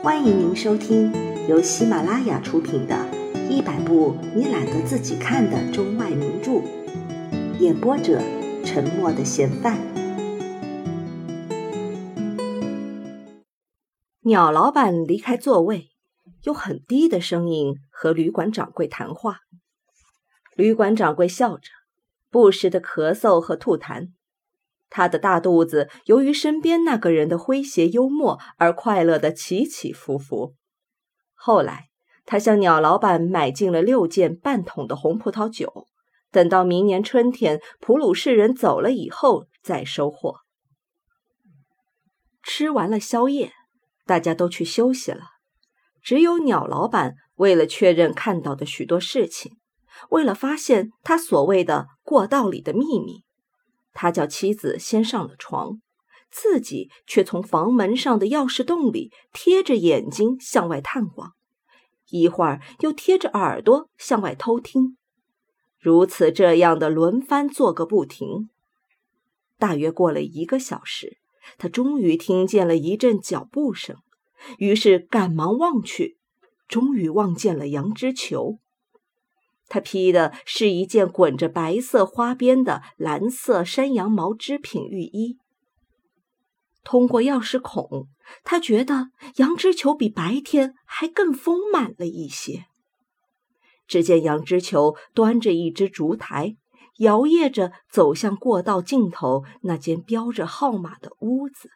欢迎您收听由喜马拉雅出品的100部你懒得自己看的中外名著，演播者沉默的嫌犯。鸟老板离开座位，用很低的声音和旅馆掌柜谈话。旅馆掌柜笑着，不时地咳嗽和吐痰。他的大肚子由于身边那个人的诙谐幽默而快乐地起起伏伏。后来他向鸟老板买进了6件半桶的红葡萄酒，等到明年春天普鲁士人走了以后再收获。吃完了宵夜，大家都去休息了，只有鸟老板为了确认看到的许多事情，为了发现他所谓的过道里的秘密，他叫妻子先上了床，自己却从房门上的钥匙洞里贴着眼睛向外探望，一会儿又贴着耳朵向外偷听，如此这样的轮番做个不停。大约过了1个小时，他终于听见了一阵脚步声，于是赶忙望去，终于望见了杨之球。他披的是一件滚着白色花边的蓝色山羊毛织品浴衣。通过钥匙孔，他觉得杨之球比白天还更丰满了一些。只见杨之球端着一只烛台，摇曳着走向过道尽头那间标着号码的屋子。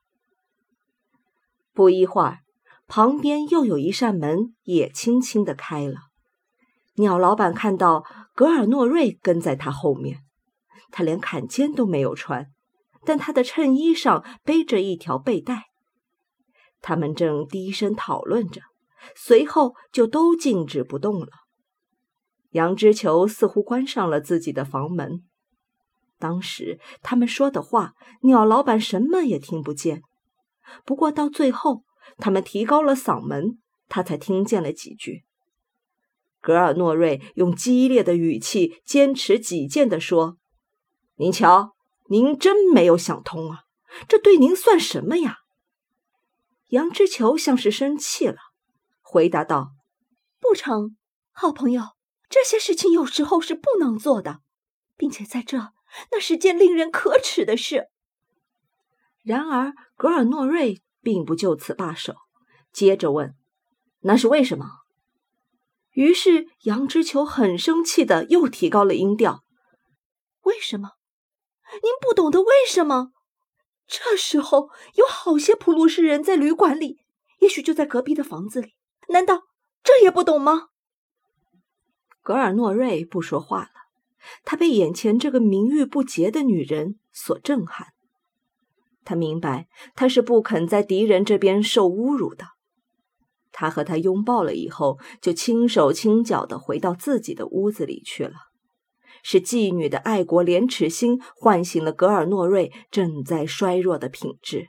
不一会儿，旁边又有一扇门也轻轻地开了。鸟老板看到格尔诺瑞跟在他后面，他连坎肩都没有穿，但他的衬衣上背着一条背带。他们正低声讨论着，随后就都静止不动了。杨之球似乎关上了自己的房门。当时他们说的话，鸟老板什么也听不见。不过到最后，他们提高了嗓门，他才听见了几句。格尔诺瑞用激烈的语气坚持己见地说：“您瞧，您真没有想通啊，这对您算什么呀？”杨之球像是生气了，回答道：“不成，好朋友，这些事情有时候是不能做的，并且在这，那是件令人可耻的事。”然而格尔诺瑞并不就此罢手，接着问：“那是为什么？”于是杨之球很生气的又提高了音调：“为什么？您不懂得为什么？这时候有好些普鲁士人在旅馆里，也许就在隔壁的房子里，难道这也不懂吗？”格尔诺瑞不说话了，他被眼前这个名誉不洁的女人所震撼。他明白他是不肯在敌人这边受侮辱的。他和她拥抱了以后，就轻手轻脚地回到自己的屋子里去了。是妓女的爱国廉耻心唤醒了格尔诺瑞正在衰弱的品质。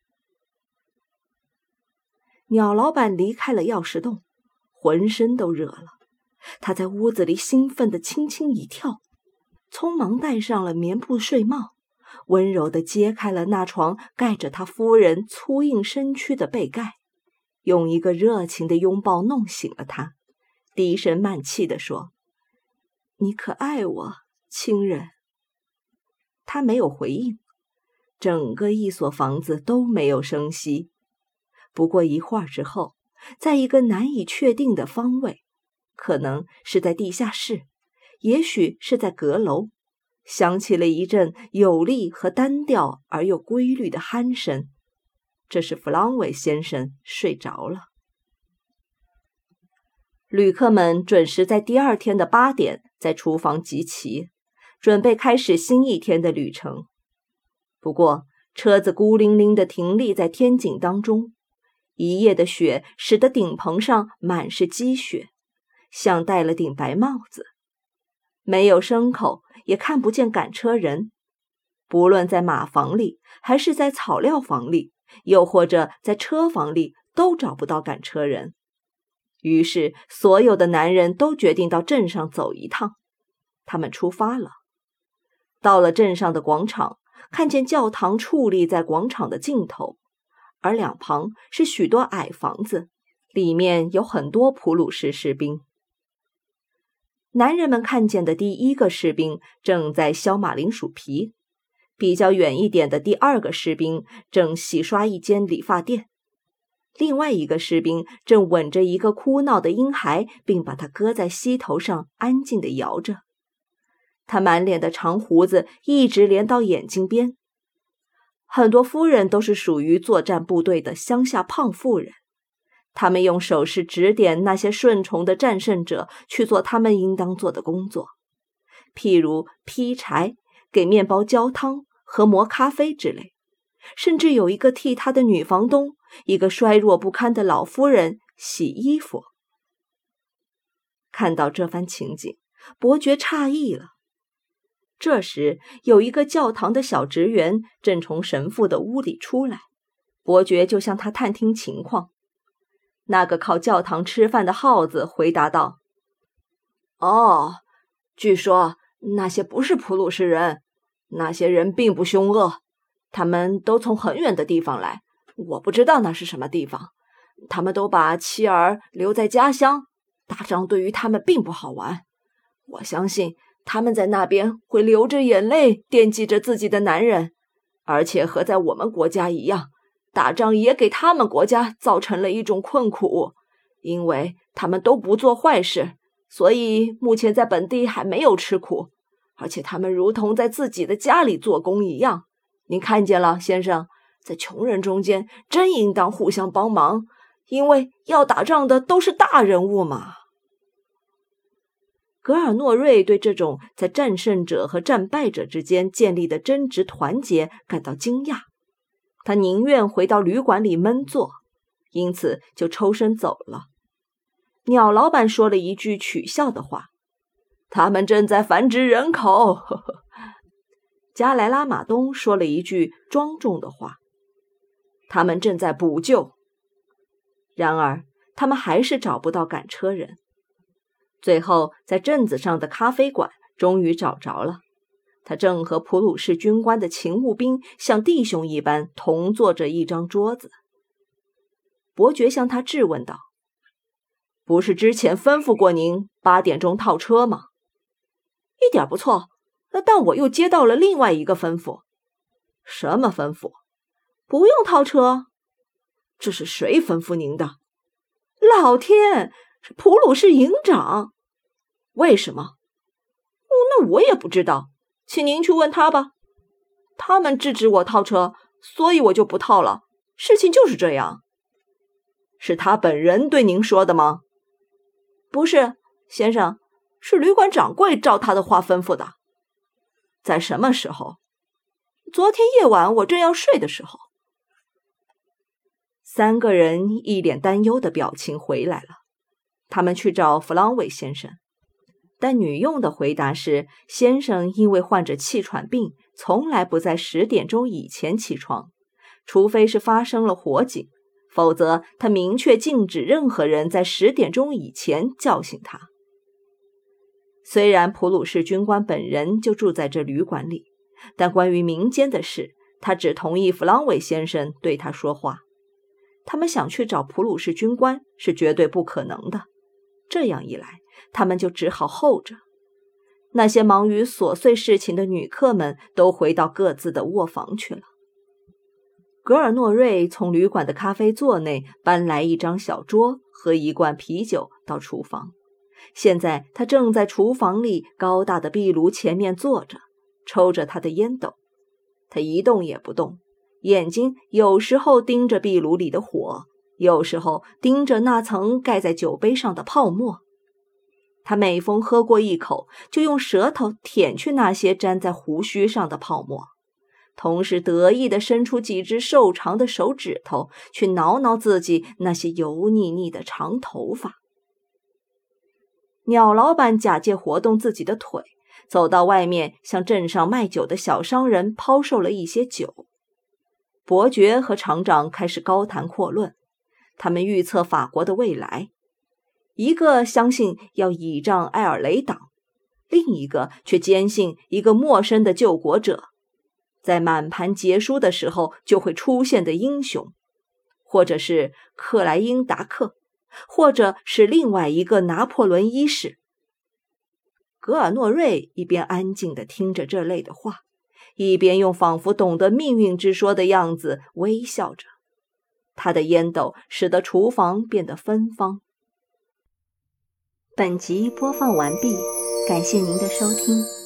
鸟老板离开了钥匙洞，浑身都热了。他在屋子里兴奋地轻轻一跳，匆忙戴上了棉布睡帽，温柔地揭开了那床盖着他夫人粗硬身躯的被盖，用一个热情的拥抱弄醒了他，低声慢气地说：“你可爱我，亲人？”他没有回应，整个一所房子都没有声息。不过一会儿之后，在一个难以确定的方位，可能是在地下室，也许是在阁楼，响起了一阵有力和单调而又规律的鼾声。这是弗朗韦先生睡着了。旅客们准时在第2天的8点在厨房集齐，准备开始新一天的旅程。不过车子孤零零地停立在天井当中，一夜的雪使得顶棚上满是积雪，像戴了顶白帽子。没有牲口，也看不见赶车人。不论在马房里，还是在草料房里，又或者在车房里，都找不到赶车人。于是所有的男人都决定到镇上走一趟。他们出发了。到了镇上的广场，看见教堂矗立在广场的尽头， 而两旁是许多矮房子，里面有很多普鲁士士兵。男人们看见的第一个士兵正在削马铃薯皮，比较远一点的第二个士兵正洗刷一间理发店，另外一个士兵正吻着一个哭闹的婴孩，并把它搁在膝头上安静地摇着。他满脸的长胡子一直连到眼睛边。很多夫人都是属于作战部队的乡下胖妇人，他们用手势指点那些顺从的战胜者去做他们应当做的工作，譬如劈柴、给面包浇汤和磨咖啡之类。甚至有一个替他的女房东，一个衰弱不堪的老夫人洗衣服。看到这番情景，伯爵诧异了。这时，有一个教堂的小职员正从神父的屋里出来，伯爵就向他探听情况。那个靠教堂吃饭的耗子回答道：“哦，据说那些不是普鲁士人，那些人并不凶恶，他们都从很远的地方来，我不知道那是什么地方。他们都把妻儿留在家乡，打仗对于他们并不好玩。我相信他们在那边会流着眼泪惦记着自己的男人，而且和在我们国家一样，打仗也给他们国家造成了一种困苦，因为他们都不做坏事，所以目前在本地还没有吃苦，而且他们如同在自己的家里做工一样。您看见了，先生，在穷人中间真应当互相帮忙，因为要打仗的都是大人物嘛。”格尔诺瑞对这种在战胜者和战败者之间建立的真挚团结感到惊讶，他宁愿回到旅馆里闷坐，因此就抽身走了。鸟老板说了一句取笑的话：“他们正在繁殖人口。”呵呵。加莱拉马东说了一句庄重的话：“他们正在补救。”然而，他们还是找不到赶车人。最后，在镇子上的咖啡馆终于找着了，他正和普鲁士军官的勤务兵像弟兄一般同坐着一张桌子。伯爵向他质问道：“不是之前吩咐过您8点钟套车吗？”“一点不错，但我又接到了另外一个吩咐。”“什么吩咐？”“不用套车。”“这是谁吩咐您的？”“老天，是普鲁士营长。”“为什么？”“那我也不知道，请您去问他吧。他们制止我套车，所以我就不套了。事情就是这样。”“是他本人对您说的吗？”“不是，先生，是旅馆掌柜照他的话吩咐的。”“在什么时候？”“昨天夜晚我正要睡的时候。”3个人一脸担忧的表情回来了，他们去找弗朗韦先生，但女佣的回答是，先生因为患着气喘病，从来不在10点钟以前起床，除非是发生了火警，否则他明确禁止任何人在10点钟以前叫醒他。虽然普鲁士军官本人就住在这旅馆里，但关于民间的事，他只同意弗朗韦先生对他说话。他们想去找普鲁士军官是绝对不可能的，这样一来，他们就只好候着。那些忙于琐碎事情的女客们都回到各自的卧房去了。格尔诺瑞从旅馆的咖啡座内搬来一张小桌和一罐啤酒到厨房，现在他正在厨房里高大的壁炉前面坐着，抽着他的烟斗。他一动也不动，眼睛有时候盯着壁炉里的火，有时候盯着那层盖在酒杯上的泡沫。他每逢喝过一口，就用舌头舔去那些粘在胡须上的泡沫，同时得意地伸出几只瘦长的手指头去挠挠自己那些油腻腻的长头发。鸟老板假借活动自己的腿，走到外面向镇上卖酒的小商人抛售了一些酒。伯爵和厂长开始高谈阔论，他们预测法国的未来。一个相信要倚仗埃尔雷党，另一个却坚信一个陌生的救国者，在满盘皆输的时候就会出现的英雄。 或者是克莱因达克，或者是另外一个拿破仑一世。格尔诺瑞一边安静地听着这类的话，一边用仿佛懂得命运之说的样子微笑着。他的烟斗使得厨房变得芬芳。 本集播放完毕，感谢您的收听。